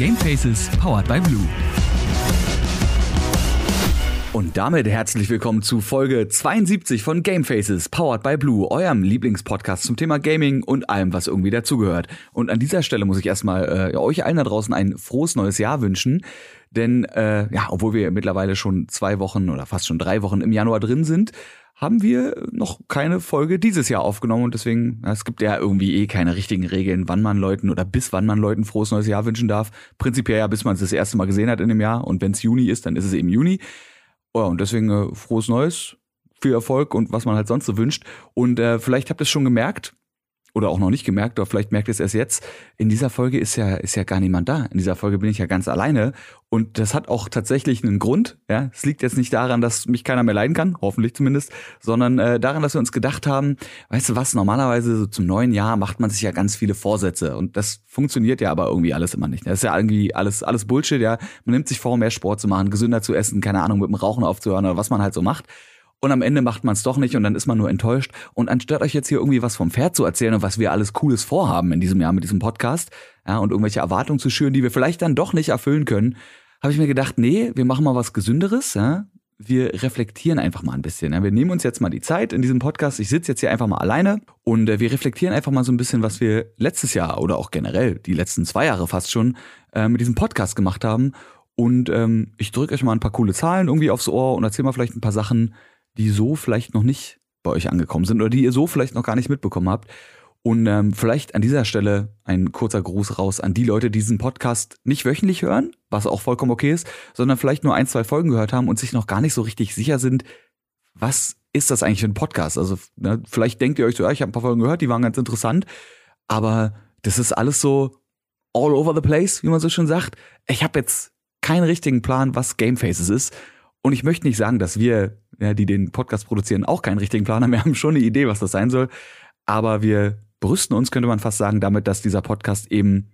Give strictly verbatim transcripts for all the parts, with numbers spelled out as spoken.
Gamefaces powered by Blue. Und damit herzlich willkommen zu Folge zweiundsiebzig von Gamefaces powered by Blue, eurem Lieblingspodcast zum Thema Gaming und allem, was irgendwie dazugehört. Und an dieser Stelle muss ich erstmal äh, euch allen da draußen ein frohes neues Jahr wünschen. Denn, äh, ja, obwohl wir mittlerweile schon zwei Wochen oder fast schon drei Wochen im Januar drin sind, haben wir noch keine Folge dieses Jahr aufgenommen. Und deswegen, ja, es gibt ja irgendwie eh keine richtigen Regeln, wann man Leuten oder bis wann man Leuten frohes neues Jahr wünschen darf. Prinzipiell ja, bis man es das erste Mal gesehen hat in dem Jahr. Und wenn es Juni ist, dann ist es eben Juni. Ja, und deswegen äh, frohes Neues, viel Erfolg und was man halt sonst so wünscht. Und äh, vielleicht habt ihr es schon gemerkt, oder auch noch nicht gemerkt, oder vielleicht merkt ihr es erst jetzt, in dieser Folge ist ja ist ja gar niemand da. In dieser Folge bin ich ja ganz alleine. Und das hat auch tatsächlich einen Grund. Ja, es liegt jetzt nicht daran, dass mich keiner mehr leiden kann, hoffentlich zumindest, sondern äh, daran, dass wir uns gedacht haben, weißt du was, normalerweise so zum neuen Jahr macht man sich ja ganz viele Vorsätze. Und das funktioniert ja aber irgendwie alles immer nicht. Das ist ja irgendwie alles alles Bullshit, ja. Man nimmt sich vor, mehr Sport zu machen, gesünder zu essen, keine Ahnung, mit dem Rauchen aufzuhören oder was man halt so macht. Und am Ende macht man es doch nicht und dann ist man nur enttäuscht. Und anstatt euch jetzt hier irgendwie was vom Pferd zu erzählen und was wir alles Cooles vorhaben in diesem Jahr mit diesem Podcast, ja, und irgendwelche Erwartungen zu schüren, die wir vielleicht dann doch nicht erfüllen können, habe ich mir gedacht, nee, wir machen mal was Gesünderes, ja. Wir reflektieren einfach mal ein bisschen. Ja. Wir nehmen uns jetzt mal die Zeit in diesem Podcast. Ich sitze jetzt hier einfach mal alleine und äh, wir reflektieren einfach mal so ein bisschen, was wir letztes Jahr oder auch generell die letzten zwei Jahre fast schon äh, mit diesem Podcast gemacht haben. Und ähm, ich drücke euch mal ein paar coole Zahlen irgendwie aufs Ohr und erzähle mal vielleicht ein paar Sachen, die so vielleicht noch nicht bei euch angekommen sind oder die ihr so vielleicht noch gar nicht mitbekommen habt. Und ähm, vielleicht an dieser Stelle ein kurzer Gruß raus an die Leute, die diesen Podcast nicht wöchentlich hören, was auch vollkommen okay ist, sondern vielleicht nur ein, zwei Folgen gehört haben und sich noch gar nicht so richtig sicher sind, was ist das eigentlich für ein Podcast? Also ne, vielleicht denkt ihr euch so, ja, ich habe ein paar Folgen gehört, die waren ganz interessant, aber das ist alles so all over the place, wie man so schön sagt. Ich habe jetzt keinen richtigen Plan, was Gamefaces ist. Und ich möchte nicht sagen, dass wir, ja, die den Podcast produzieren, auch keinen richtigen Plan haben. Wir haben schon eine Idee, was das sein soll. Aber wir brüsten uns, könnte man fast sagen, damit, dass dieser Podcast eben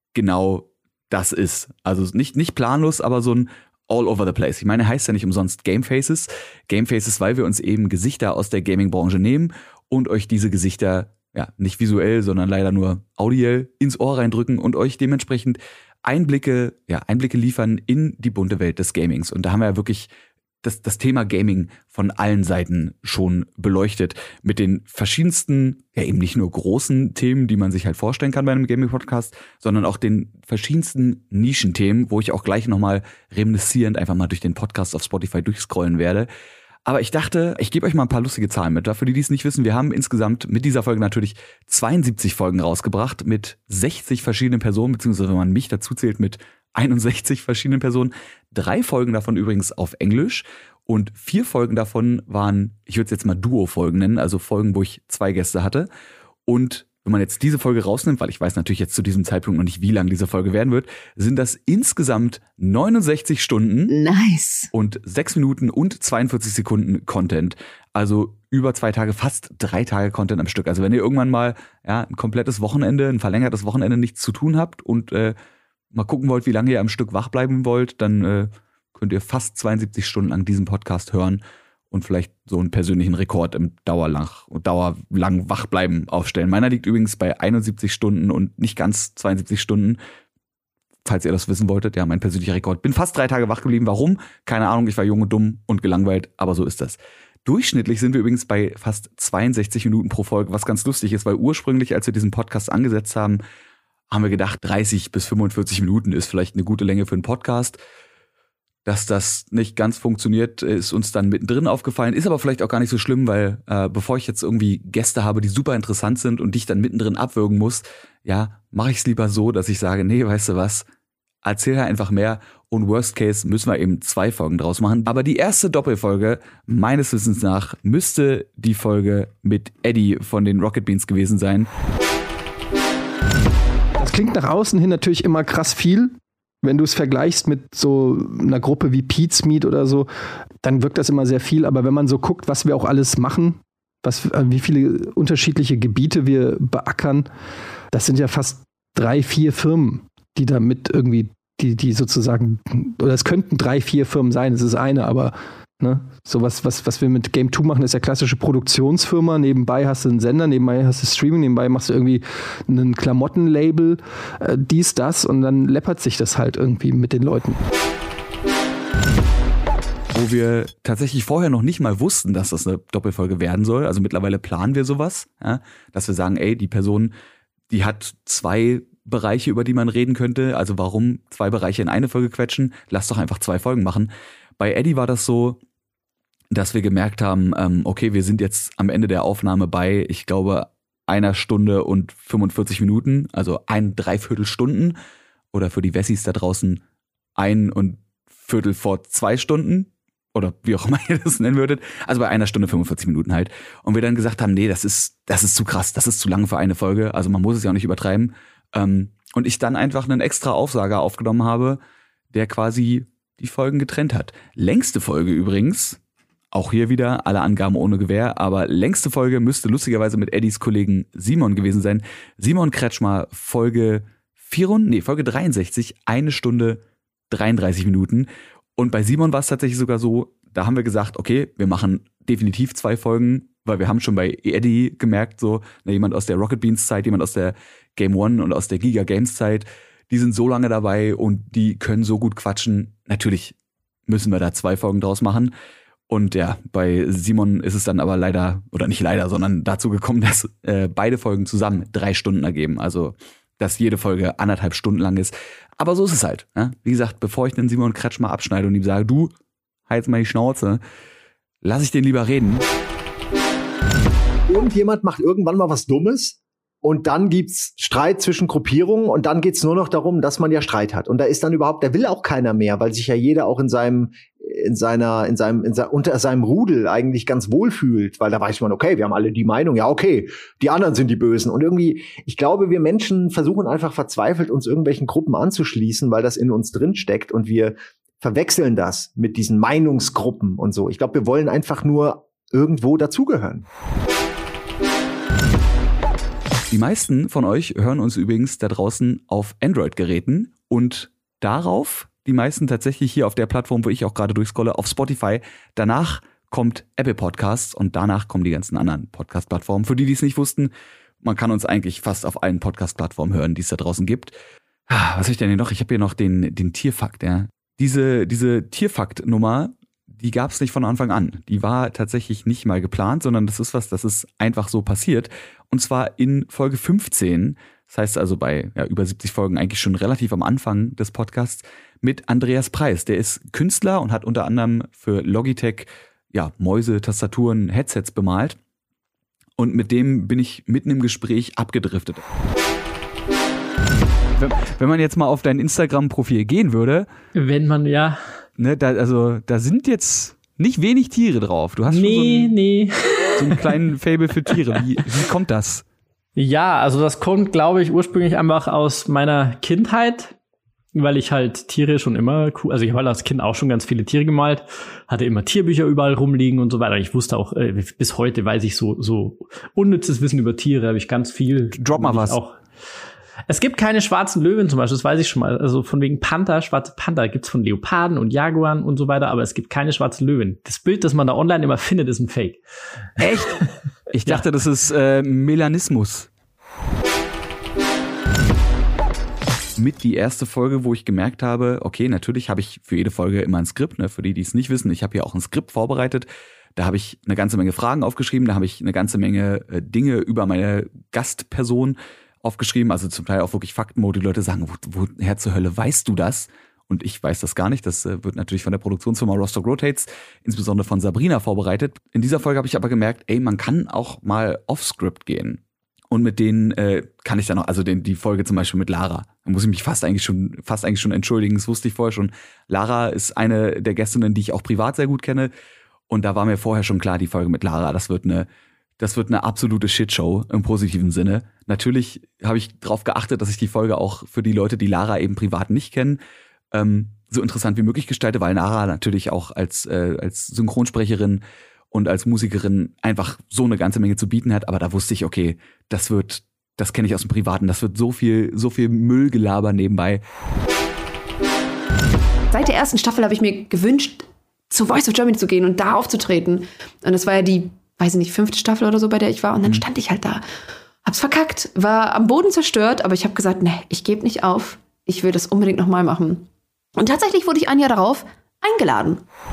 genau das ist. Also nicht, nicht planlos, aber so ein all over the place. Ich meine, heißt ja nicht umsonst Gamefaces. Gamefaces, weil wir uns eben Gesichter aus der Gaming-Branche nehmen und euch diese Gesichter, ja, nicht visuell, sondern leider nur audiell ins Ohr reindrücken und euch dementsprechend Einblicke, ja, Einblicke liefern in die bunte Welt des Gamings. Und da haben wir ja wirklich das, das Thema Gaming von allen Seiten schon beleuchtet. Mit den verschiedensten, ja eben nicht nur großen Themen, die man sich halt vorstellen kann bei einem Gaming-Podcast, sondern auch den verschiedensten Nischenthemen, wo ich auch gleich nochmal reminiszierend einfach mal durch den Podcast auf Spotify durchscrollen werde. Aber ich dachte, ich gebe euch mal ein paar lustige Zahlen mit. Für die, die es nicht wissen, wir haben insgesamt mit dieser Folge natürlich zweiundsiebzig Folgen rausgebracht mit sechzig verschiedenen Personen, beziehungsweise wenn man mich dazu zählt mit einundsechzig verschiedenen Personen. Drei Folgen davon übrigens auf Englisch und vier Folgen davon waren, ich würde es jetzt mal Duo-Folgen nennen, also Folgen, wo ich zwei Gäste hatte. Und wenn man jetzt diese Folge rausnimmt, weil ich weiß natürlich jetzt zu diesem Zeitpunkt noch nicht, wie lang diese Folge werden wird, sind das insgesamt neunundsechzig Stunden nice. Und sechs Minuten und zweiundvierzig Sekunden Content. Also über zwei Tage, fast drei Tage Content am Stück. Also wenn ihr irgendwann mal ja ein komplettes Wochenende, ein verlängertes Wochenende nichts zu tun habt und äh, mal gucken wollt, wie lange ihr am Stück wach bleiben wollt, dann äh, könnt ihr fast zweiundsiebzig Stunden lang diesen Podcast hören und vielleicht so einen persönlichen Rekord im Dauerlang, Dauerlang Wachbleiben aufstellen. Meiner liegt übrigens bei einundsiebzig Stunden und nicht ganz zweiundsiebzig Stunden. Falls ihr das wissen wolltet, ja, mein persönlicher Rekord. Bin fast drei Tage wach geblieben. Warum? Keine Ahnung, ich war jung und dumm und gelangweilt, aber so ist das. Durchschnittlich sind wir übrigens bei fast zweiundsechzig Minuten pro Folge, was ganz lustig ist, weil ursprünglich, als wir diesen Podcast angesetzt haben, haben wir gedacht, dreißig bis fünfundvierzig Minuten ist vielleicht eine gute Länge für einen Podcast. Dass das nicht ganz funktioniert, ist uns dann mittendrin aufgefallen. Ist aber vielleicht auch gar nicht so schlimm, weil äh, bevor ich jetzt irgendwie Gäste habe, die super interessant sind und dich dann mittendrin abwürgen muss, ja, mache ich es lieber so, dass ich sage, nee, weißt du was, erzähl halt einfach mehr und worst case müssen wir eben zwei Folgen draus machen. Aber die erste Doppelfolge, meines Wissens nach, müsste die Folge mit Eddie von den Rocket Beans gewesen sein. Das klingt nach außen hin natürlich immer krass viel. Wenn du es vergleichst mit so einer Gruppe wie Pete's Meat oder so, dann wirkt das immer sehr viel. Aber wenn man so guckt, was wir auch alles machen, was, wie viele unterschiedliche Gebiete wir beackern, das sind ja fast drei, vier Firmen, die damit irgendwie, die, die sozusagen, oder es könnten drei, vier Firmen sein, es ist eine, aber Ne? So was, was, was wir mit Game zwei machen, ist ja klassische Produktionsfirma. Nebenbei hast du einen Sender, nebenbei hast du Streaming, nebenbei machst du irgendwie ein Klamottenlabel, äh, dies, das und dann läppert sich das halt irgendwie mit den Leuten. Wo wir tatsächlich vorher noch nicht mal wussten, dass das eine Doppelfolge werden soll. Also mittlerweile planen wir sowas, ja? Dass wir sagen, ey, die Person, die hat zwei Bereiche, über die man reden könnte. Also warum zwei Bereiche in eine Folge quetschen? Lass doch einfach zwei Folgen machen. Bei Eddie war das so, dass wir gemerkt haben, ähm, okay, wir sind jetzt am Ende der Aufnahme bei, ich glaube, einer Stunde und fünfundvierzig Minuten, also ein Dreiviertelstunden oder für die Wessis da draußen ein und Viertel vor zwei Stunden oder wie auch immer ihr das nennen würdet, also bei einer Stunde fünfundvierzig Minuten halt. Und wir dann gesagt haben, nee, das ist, das ist zu krass, das ist zu lang für eine Folge, also man muss es ja auch nicht übertreiben. Ähm, und ich dann einfach einen extra Aufsager aufgenommen habe, der quasi die Folgen getrennt hat. Längste Folge übrigens, auch hier wieder, alle Angaben ohne Gewähr, aber längste Folge müsste lustigerweise mit Eddies Kollegen Simon gewesen sein. Simon Kretschmer, Folge vierundvierzig, nee, Folge dreiundsechzig, eine Stunde dreiunddreißig Minuten. Und bei Simon war es tatsächlich sogar so, da haben wir gesagt, okay, wir machen definitiv zwei Folgen, weil wir haben schon bei Eddie gemerkt, so, na, jemand aus der Rocket Beans Zeit, jemand aus der Game One und aus der Giga Games Zeit, die sind so lange dabei und die können so gut quatschen. Natürlich müssen wir da zwei Folgen draus machen. Und ja, bei Simon ist es dann aber leider, oder nicht leider, sondern dazu gekommen, dass äh, beide Folgen zusammen drei Stunden ergeben. Also, dass jede Folge anderthalb Stunden lang ist. Aber so ist es halt. Ja? Wie gesagt, bevor ich den Simon Kretschmer abschneide und ihm sage, du, halt jetzt mal die Schnauze, lass ich den lieber reden. Irgendjemand macht irgendwann mal was Dummes. Und dann gibt's Streit zwischen Gruppierungen und dann geht's nur noch darum, dass man ja Streit hat. Und da ist dann überhaupt, da will auch keiner mehr, weil sich ja jeder auch in seinem, in seiner, in seinem, in se- unter seinem Rudel eigentlich ganz wohl fühlt, weil da weiß man, okay, wir haben alle die Meinung, ja, okay, die anderen sind die Bösen. Und irgendwie, ich glaube, wir Menschen versuchen einfach verzweifelt, uns irgendwelchen Gruppen anzuschließen, weil das in uns drin steckt und wir verwechseln das mit diesen Meinungsgruppen und so. Ich glaube, wir wollen einfach nur irgendwo dazugehören. Die meisten von euch hören uns übrigens da draußen auf Android-Geräten und darauf, die meisten tatsächlich hier auf der Plattform, wo ich auch gerade durchscrolle, auf Spotify. Danach kommt Apple Podcasts und danach kommen die ganzen anderen Podcast-Plattformen. Für die, die es nicht wussten, man kann uns eigentlich fast auf allen Podcast-Plattformen hören, die es da draußen gibt. Was habe ich denn hier noch? Ich habe hier noch den, den Tierfakt, ja. Diese, diese Tierfakt-Nummer, die gab es nicht von Anfang an. Die war tatsächlich nicht mal geplant, sondern das ist was, das ist einfach so passiert. Und zwar in Folge fünfzehn, das heißt also bei ja, über siebzig Folgen eigentlich schon relativ am Anfang des Podcasts, mit Andreas Preis. Der ist Künstler und hat unter anderem für Logitech ja, Mäuse, Tastaturen, Headsets bemalt. Und mit dem bin ich mitten im Gespräch abgedriftet. Wenn, wenn man jetzt mal auf dein Instagram-Profil gehen würde. Wenn man, ja. Ne, da, also, da sind jetzt nicht wenig Tiere drauf. Du hast nee, schon so einen, nee. so einen kleinen Faible für Tiere. Wie, wie kommt das? Ja, also das kommt, glaube ich, ursprünglich einfach aus meiner Kindheit, weil ich halt Tiere schon immer cool, also ich habe als Kind auch schon ganz viele Tiere gemalt, hatte immer Tierbücher überall rumliegen und so weiter. Ich wusste auch, äh, bis heute weiß ich so, so unnützes Wissen über Tiere, habe ich ganz viel. Drop mal was. Auch Es gibt keine schwarzen Löwen zum Beispiel, das weiß ich schon mal. Also von wegen Panther, schwarze Panther gibt's von Leoparden und Jaguaren und so weiter, aber es gibt keine schwarzen Löwen. Das Bild, das man da online immer findet, ist ein Fake. Echt? Ich dachte, ja. Das ist äh, Melanismus. Mit die erste Folge, wo ich gemerkt habe, okay, natürlich habe ich für jede Folge immer ein Skript, ne? Für die, die es nicht wissen, ich habe hier auch ein Skript vorbereitet. Da habe ich eine ganze Menge Fragen aufgeschrieben, da habe ich eine ganze Menge äh, Dinge über meine Gastperson aufgeschrieben, also zum Teil auch wirklich Fakten, wo die Leute sagen, wo, woher zur Hölle weißt du das? Und ich weiß das gar nicht. Das äh, wird natürlich von der Produktionsfirma Rostock Rotates, insbesondere von Sabrina, vorbereitet. In dieser Folge habe ich aber gemerkt, ey, man kann auch mal off-Script gehen. Und mit denen äh, kann ich dann auch, also den, die Folge zum Beispiel mit Lara, da muss ich mich fast eigentlich schon, fast eigentlich schon entschuldigen, das wusste ich vorher schon. Lara ist eine der Gästinnen, die ich auch privat sehr gut kenne. Und da war mir vorher schon klar, die Folge mit Lara, das wird eine, das wird eine absolute Shitshow im positiven Sinne. Natürlich habe ich darauf geachtet, dass ich die Folge auch für die Leute, die Lara eben privat nicht kennen, ähm, so interessant wie möglich gestalte, weil Lara natürlich auch als, äh, als Synchronsprecherin und als Musikerin einfach so eine ganze Menge zu bieten hat. Aber da wusste ich, okay, das wird, das kenne ich aus dem Privaten, das wird so viel, so viel Müllgelaber nebenbei. Seit der ersten Staffel habe ich mir gewünscht, zu Voice of Germany zu gehen und da aufzutreten. Und das war ja die, weiß ich nicht, fünfte Staffel oder so, bei der ich war. Und dann stand ich halt da, hab's verkackt, war am Boden zerstört, aber ich habe gesagt, nee, ich gebe nicht auf. Ich will das unbedingt nochmal machen. Und tatsächlich wurde ich ein Jahr darauf eingeladen.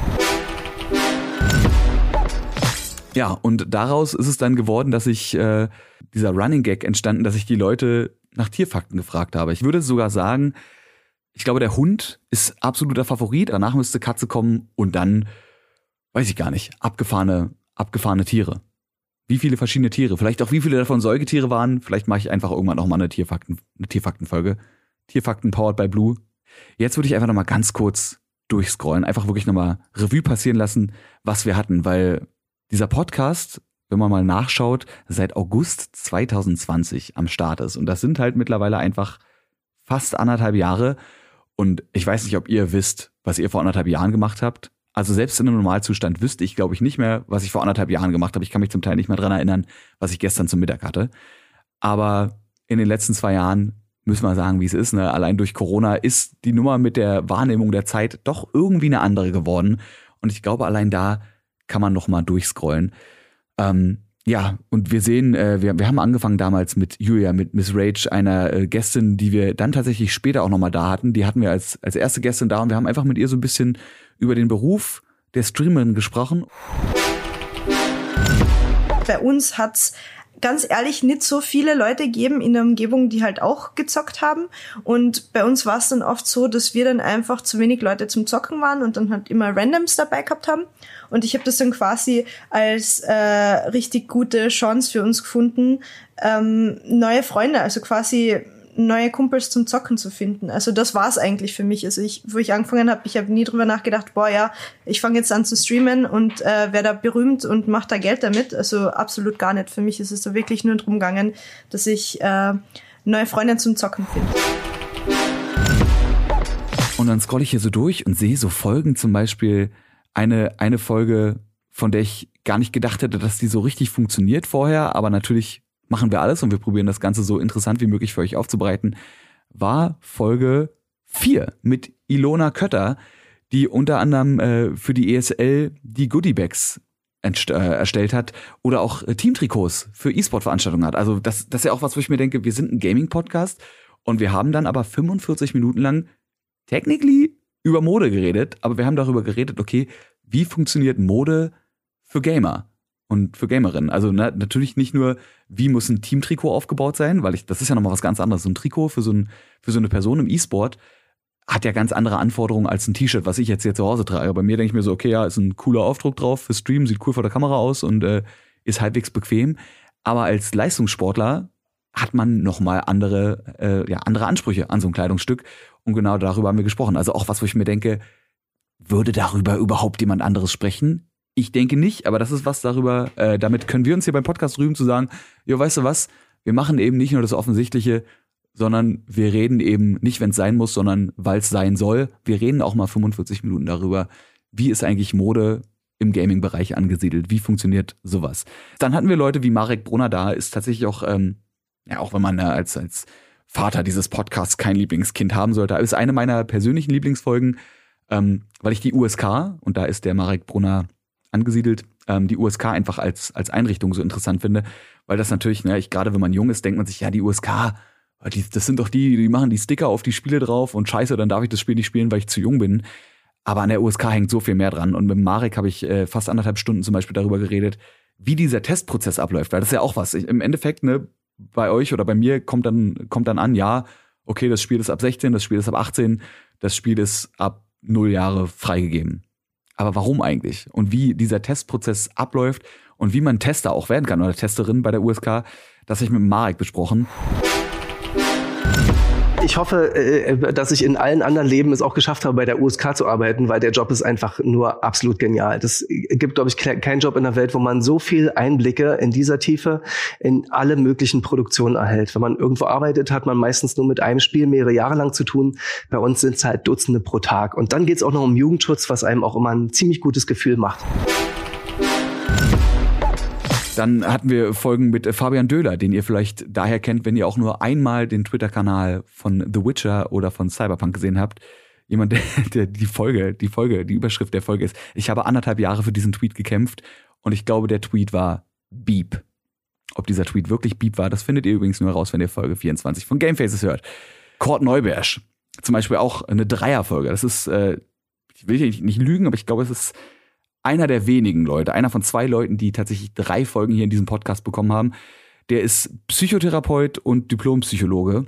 Ja, und daraus ist es dann geworden, dass ich, äh, dieser Running Gag entstanden, dass ich die Leute nach Tierfakten gefragt habe. Ich würde sogar sagen, ich glaube, der Hund ist absoluter Favorit. Danach müsste Katze kommen und dann, weiß ich gar nicht, abgefahrene, abgefahrene Tiere. Wie viele verschiedene Tiere? Vielleicht auch wie viele davon Säugetiere waren? Vielleicht mache ich einfach irgendwann noch mal eine Tierfakten, eine Tierfaktenfolge. Tierfakten powered by Blue. Jetzt würde ich einfach noch mal ganz kurz durchscrollen, einfach wirklich noch mal Revue passieren lassen, was wir hatten, weil dieser Podcast, wenn man mal nachschaut, seit August zwanzig zwanzig am Start ist. Und das sind halt mittlerweile einfach fast anderthalb Jahre. Und ich weiß nicht, ob ihr wisst, was ihr vor anderthalb Jahren gemacht habt. Also selbst in einem Normalzustand wüsste ich, glaube ich, nicht mehr, was ich vor anderthalb Jahren gemacht habe. Ich kann mich zum Teil nicht mehr dran erinnern, was ich gestern zum Mittag hatte. Aber in den letzten zwei Jahren müssen wir sagen, wie es ist. Ne? Allein durch Corona ist die Nummer mit der Wahrnehmung der Zeit doch irgendwie eine andere geworden. Und ich glaube, allein da kann man noch mal durchscrollen. Ähm, ja, und wir sehen, äh, wir, wir haben angefangen damals mit Julia, mit Miss Rage, einer äh, Gästin, die wir dann tatsächlich später auch noch mal da hatten. Die hatten wir als, als erste Gästin da und wir haben einfach mit ihr so ein bisschen über den Beruf der Streamerin gesprochen. Bei uns hat's ganz ehrlich nicht so viele Leute gegeben in der Umgebung, die halt auch gezockt haben. Und bei uns war es dann oft so, dass wir dann einfach zu wenig Leute zum Zocken waren und dann halt immer Randoms dabei gehabt haben. Und ich habe das dann quasi als äh, richtig gute Chance für uns gefunden, ähm, neue Freunde, also quasi neue Kumpels zum Zocken zu finden. Also das war's eigentlich für mich. Also ich, wo ich angefangen habe, ich habe nie drüber nachgedacht, boah ja, ich fange jetzt an zu streamen und äh, werde da berühmt und mache da Geld damit. Also absolut gar nicht. Für mich ist es da wirklich nur drum gegangen, dass ich äh, neue Freunde zum Zocken finde. Und dann scrolle ich hier so durch und sehe so Folgen, zum Beispiel eine, eine Folge, von der ich gar nicht gedacht hätte, dass die so richtig funktioniert vorher, aber natürlich machen wir alles und wir probieren das Ganze so interessant wie möglich für euch aufzubereiten, war Folge vier mit Ilona Kötter, die unter anderem äh, für die E S L die Goodiebags entst- äh, erstellt hat oder auch äh, Teamtrikots für E-Sport-Veranstaltungen hat. Also das, das ist ja auch was, wo ich mir denke, wir sind ein Gaming-Podcast und wir haben dann aber fünfundvierzig Minuten lang technically über Mode geredet, aber wir haben darüber geredet, okay, wie funktioniert Mode für Gamer? Und für Gamerinnen. Also na, natürlich nicht nur, wie muss ein Teamtrikot aufgebaut sein, weil ich, das ist ja nochmal was ganz anderes. So ein Trikot für so, ein, für so eine Person im E-Sport hat ja ganz andere Anforderungen als ein T-Shirt, was ich jetzt hier zu Hause trage. Bei mir denke ich mir so, okay, ja, ist ein cooler Aufdruck drauf für Stream, sieht cool vor der Kamera aus und äh, ist halbwegs bequem. Aber als Leistungssportler hat man nochmal andere, äh, ja, andere Ansprüche an so ein Kleidungsstück. Und genau darüber haben wir gesprochen. Also auch was, wo ich mir denke, würde darüber überhaupt jemand anderes sprechen? Ich denke nicht, aber das ist was darüber, äh, damit können wir uns hier beim Podcast rühmen, zu sagen, jo, weißt du was, wir machen eben nicht nur das Offensichtliche, sondern wir reden eben nicht, wenn es sein muss, sondern weil es sein soll. Wir reden auch mal fünfundvierzig Minuten darüber, wie ist eigentlich Mode im Gaming-Bereich angesiedelt, wie funktioniert sowas. Dann hatten wir Leute wie Marek Brunner da, ist tatsächlich auch, ähm, ja, auch wenn man äh, als, als Vater dieses Podcasts kein Lieblingskind haben sollte, ist eine meiner persönlichen Lieblingsfolgen, ähm, weil ich die U S K, und da ist der Marek Brunner angesiedelt, ähm, die U S K einfach als als Einrichtung so interessant finde, weil das natürlich, ne, ich gerade wenn man jung ist, denkt man sich, ja, die U S K, die, das sind doch die, die machen die Sticker auf die Spiele drauf und scheiße, dann darf ich das Spiel nicht spielen, weil ich zu jung bin. Aber an der U S K hängt so viel mehr dran. Und mit Marek habe ich äh, fast anderthalb Stunden zum Beispiel darüber geredet, wie dieser Testprozess abläuft, weil das ist ja auch was. Ich, im Endeffekt, ne, bei euch oder bei mir kommt dann kommt dann an, ja, okay, das Spiel ist ab sechzehn, das Spiel ist ab achtzehn, das Spiel ist ab null Jahre freigegeben. Aber warum eigentlich? Und wie dieser Testprozess abläuft und wie man Tester auch werden kann oder Testerin bei der U S K, das habe ich mit Marek besprochen. Ich hoffe, dass ich in allen anderen Leben es auch geschafft habe, bei der U S K zu arbeiten, weil der Job ist einfach nur absolut genial. Das gibt, glaube ich, keinen Job in der Welt, wo man so viel Einblicke in dieser Tiefe in alle möglichen Produktionen erhält. Wenn man irgendwo arbeitet, hat man meistens nur mit einem Spiel mehrere Jahre lang zu tun. Bei uns sind es halt Dutzende pro Tag. Und dann geht es auch noch um Jugendschutz, was einem auch immer ein ziemlich gutes Gefühl macht. Dann hatten wir Folgen mit Fabian Döhler, den ihr vielleicht daher kennt, wenn ihr auch nur einmal den Twitter-Kanal von The Witcher oder von Cyberpunk gesehen habt. jemand, der, der die Folge, die Folge, die Überschrift der Folge ist, ich habe anderthalb Jahre für diesen Tweet gekämpft und ich glaube, der Tweet war Beep. Ob dieser Tweet wirklich Beep war, das findet ihr übrigens nur heraus, wenn ihr Folge vierundzwanzig von Gamefaces hört. Kurt Neubersch, zum Beispiel auch eine Dreierfolge. Das ist, äh, ich will hier nicht lügen, aber ich glaube, es ist einer der wenigen Leute, einer von zwei Leuten, die tatsächlich drei Folgen hier in diesem Podcast bekommen haben. Der ist Psychotherapeut und Diplompsychologe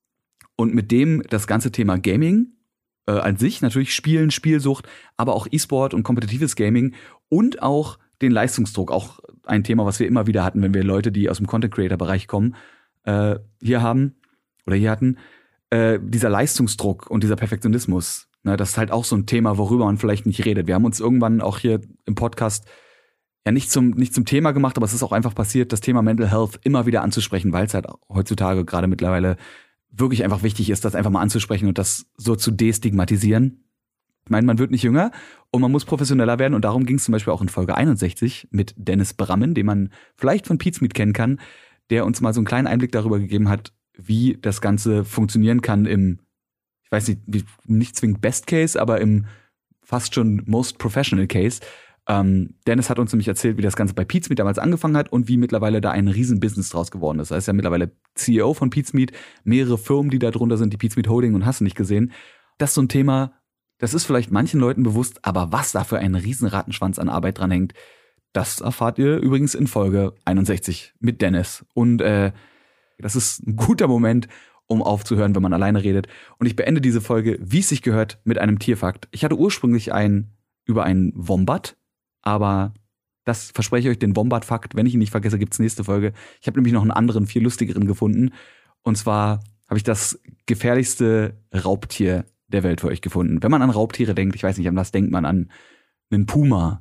und mit dem das ganze Thema Gaming äh, an sich, natürlich Spielen, Spielsucht, aber auch E-Sport und kompetitives Gaming und auch den Leistungsdruck, auch ein Thema, was wir immer wieder hatten, wenn wir Leute, die aus dem Content-Creator-Bereich kommen, äh, hier haben oder hier hatten, äh, dieser Leistungsdruck und dieser Perfektionismus. Ne, das ist halt auch so ein Thema, worüber man vielleicht nicht redet. Wir haben uns irgendwann auch hier im Podcast ja nicht zum, nicht zum Thema gemacht, aber es ist auch einfach passiert, das Thema Mental Health immer wieder anzusprechen, weil es halt heutzutage gerade mittlerweile wirklich einfach wichtig ist, das einfach mal anzusprechen und das so zu destigmatisieren. Ich meine, man wird nicht jünger und man muss professioneller werden und darum ging es zum Beispiel auch in Folge einundsechzig mit Dennis Brammen, den man vielleicht von Pete's Meat kennen kann, der uns mal so einen kleinen Einblick darüber gegeben hat, wie das Ganze funktionieren kann im, ich weiß nicht, nicht zwingend Best Case, aber im fast schon Most Professional Case. Ähm, Dennis hat uns nämlich erzählt, wie das Ganze bei Pete's Meat damals angefangen hat und wie mittlerweile da ein riesen Business draus geworden ist. Er ist ja mittlerweile C E O von Pete's Meat, mehrere Firmen, die da drunter sind, die Pete's Meat Holding und hast du nicht gesehen. Das ist so ein Thema, das ist vielleicht manchen Leuten bewusst, aber was da für ein riesen Rattenschwanz an Arbeit dran hängt, das erfahrt ihr übrigens in Folge einundsechzig mit Dennis. Und äh, das ist ein guter Moment, um aufzuhören, wenn man alleine redet. Und ich beende diese Folge, wie es sich gehört, mit einem Tierfakt. Ich hatte ursprünglich einen über einen Wombat, aber das verspreche ich euch, den Wombat-Fakt, wenn ich ihn nicht vergesse, gibt's nächste Folge. Ich habe nämlich noch einen anderen, viel lustigeren gefunden. Und zwar habe ich das gefährlichste Raubtier der Welt für euch gefunden. Wenn man an Raubtiere denkt, ich weiß nicht, an was denkt man? An einen Puma,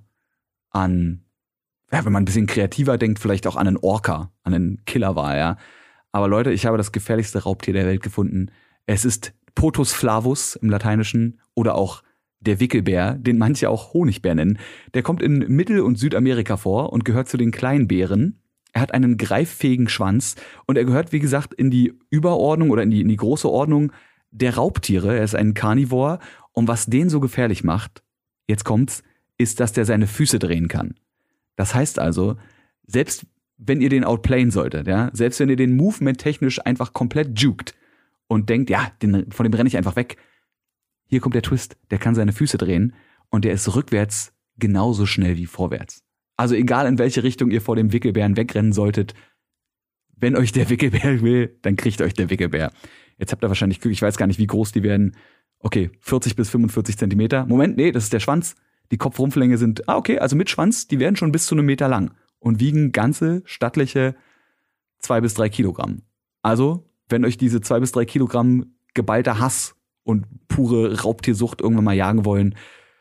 an, ja, wenn man ein bisschen kreativer denkt, vielleicht auch an einen Orca, an einen Killerwal, ja. Aber Leute, ich habe das gefährlichste Raubtier der Welt gefunden. Es ist Pothos flavus im Lateinischen oder auch der Wickelbär, den manche auch Honigbär nennen. Der kommt in Mittel- und Südamerika vor und gehört zu den Kleinbären. Er hat einen greiffähigen Schwanz und er gehört, wie gesagt, in die Überordnung oder in die, in die große Ordnung der Raubtiere. Er ist ein Karnivor und was den so gefährlich macht, jetzt kommt's, ist, dass der seine Füße drehen kann. Das heißt also, selbst wenn ihr den outplayen solltet, ja, selbst wenn ihr den Movement-technisch einfach komplett jukt und denkt, ja, den, von dem renne ich einfach weg, hier kommt der Twist, der kann seine Füße drehen und der ist rückwärts genauso schnell wie vorwärts. Also egal in welche Richtung ihr vor dem Wickelbären wegrennen solltet, wenn euch der Wickelbär will, dann kriegt euch der Wickelbär. Jetzt habt ihr wahrscheinlich Glück, ich weiß gar nicht, wie groß die werden. Okay, vierzig bis fünfundvierzig Zentimeter. Moment, nee, das ist der Schwanz. Die Kopfrumpflänge sind, ah okay, also mit Schwanz, die werden schon bis zu einem Meter lang und wiegen ganze stattliche zwei bis drei Kilogramm. Also, wenn euch diese zwei bis drei Kilogramm geballter Hass und pure Raubtiersucht irgendwann mal jagen wollen,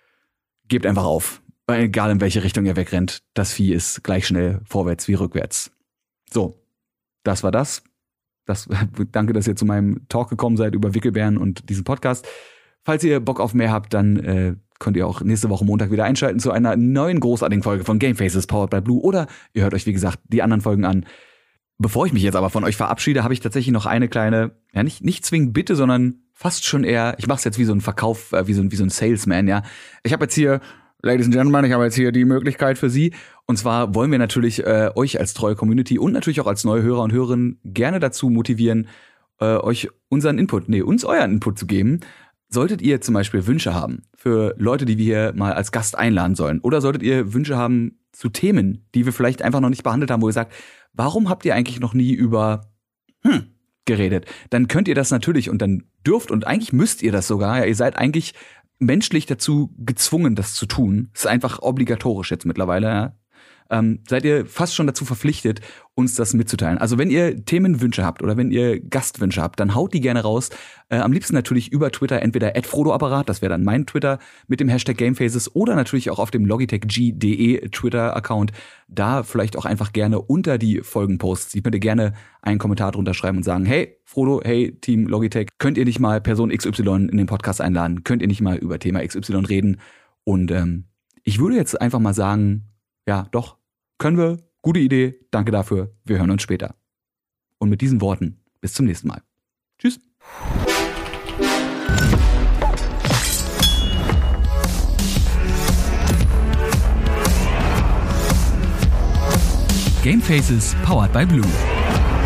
gebt einfach auf. Egal in welche Richtung ihr wegrennt, das Vieh ist gleich schnell vorwärts wie rückwärts. So, das war das. Das, danke, dass ihr zu meinem Talk gekommen seid über Wickelbären und diesen Podcast. Falls ihr Bock auf mehr habt, dann äh, könnt ihr auch nächste Woche Montag wieder einschalten zu einer neuen großartigen Folge von Gamefaces powered by Blue oder ihr hört euch, wie gesagt, die anderen Folgen an. Bevor ich mich jetzt aber von euch verabschiede, habe ich tatsächlich noch eine kleine, ja nicht, nicht zwingend Bitte, sondern fast schon eher, ich mache es jetzt wie so ein Verkauf, äh, wie so ein, wie so ein Salesman, ja. Ich habe jetzt hier, Ladies and Gentlemen, ich habe jetzt hier die Möglichkeit für Sie. Und zwar wollen wir natürlich äh, euch als treue Community und natürlich auch als neue Hörer und Hörerinnen gerne dazu motivieren, äh, euch unseren Input, nee, uns euren Input zu geben. Solltet ihr zum Beispiel Wünsche haben für Leute, die wir hier mal als Gast einladen sollen, oder solltet ihr Wünsche haben zu Themen, die wir vielleicht einfach noch nicht behandelt haben, wo ihr sagt, warum habt ihr eigentlich noch nie über hm, geredet? Dann könnt ihr das natürlich und dann dürft und eigentlich müsst ihr das sogar. Ja, ihr seid eigentlich menschlich dazu gezwungen, das zu tun. Das ist einfach obligatorisch jetzt mittlerweile. Ja. Ähm, seid ihr fast schon dazu verpflichtet, uns das mitzuteilen. Also wenn ihr Themenwünsche habt oder wenn ihr Gastwünsche habt, dann haut die gerne raus. Äh, am liebsten natürlich über Twitter, entweder at frodoapparat, das wäre dann mein Twitter, mit dem Hashtag Gamefaces oder natürlich auch auf dem Logitech G punkt de Twitter-Account. Da vielleicht auch einfach gerne unter die Folgenposts. Ich würde gerne einen Kommentar drunter schreiben und sagen, hey Frodo, hey Team Logitech, könnt ihr nicht mal Person X Y in den Podcast einladen? Könnt ihr nicht mal über Thema X Y reden? Und ähm, ich würde jetzt einfach mal sagen, ja, doch, können wir. Gute Idee, danke dafür. Wir hören uns später. Und mit diesen Worten, bis zum nächsten Mal. Tschüss. Gamefaces powered by Blue.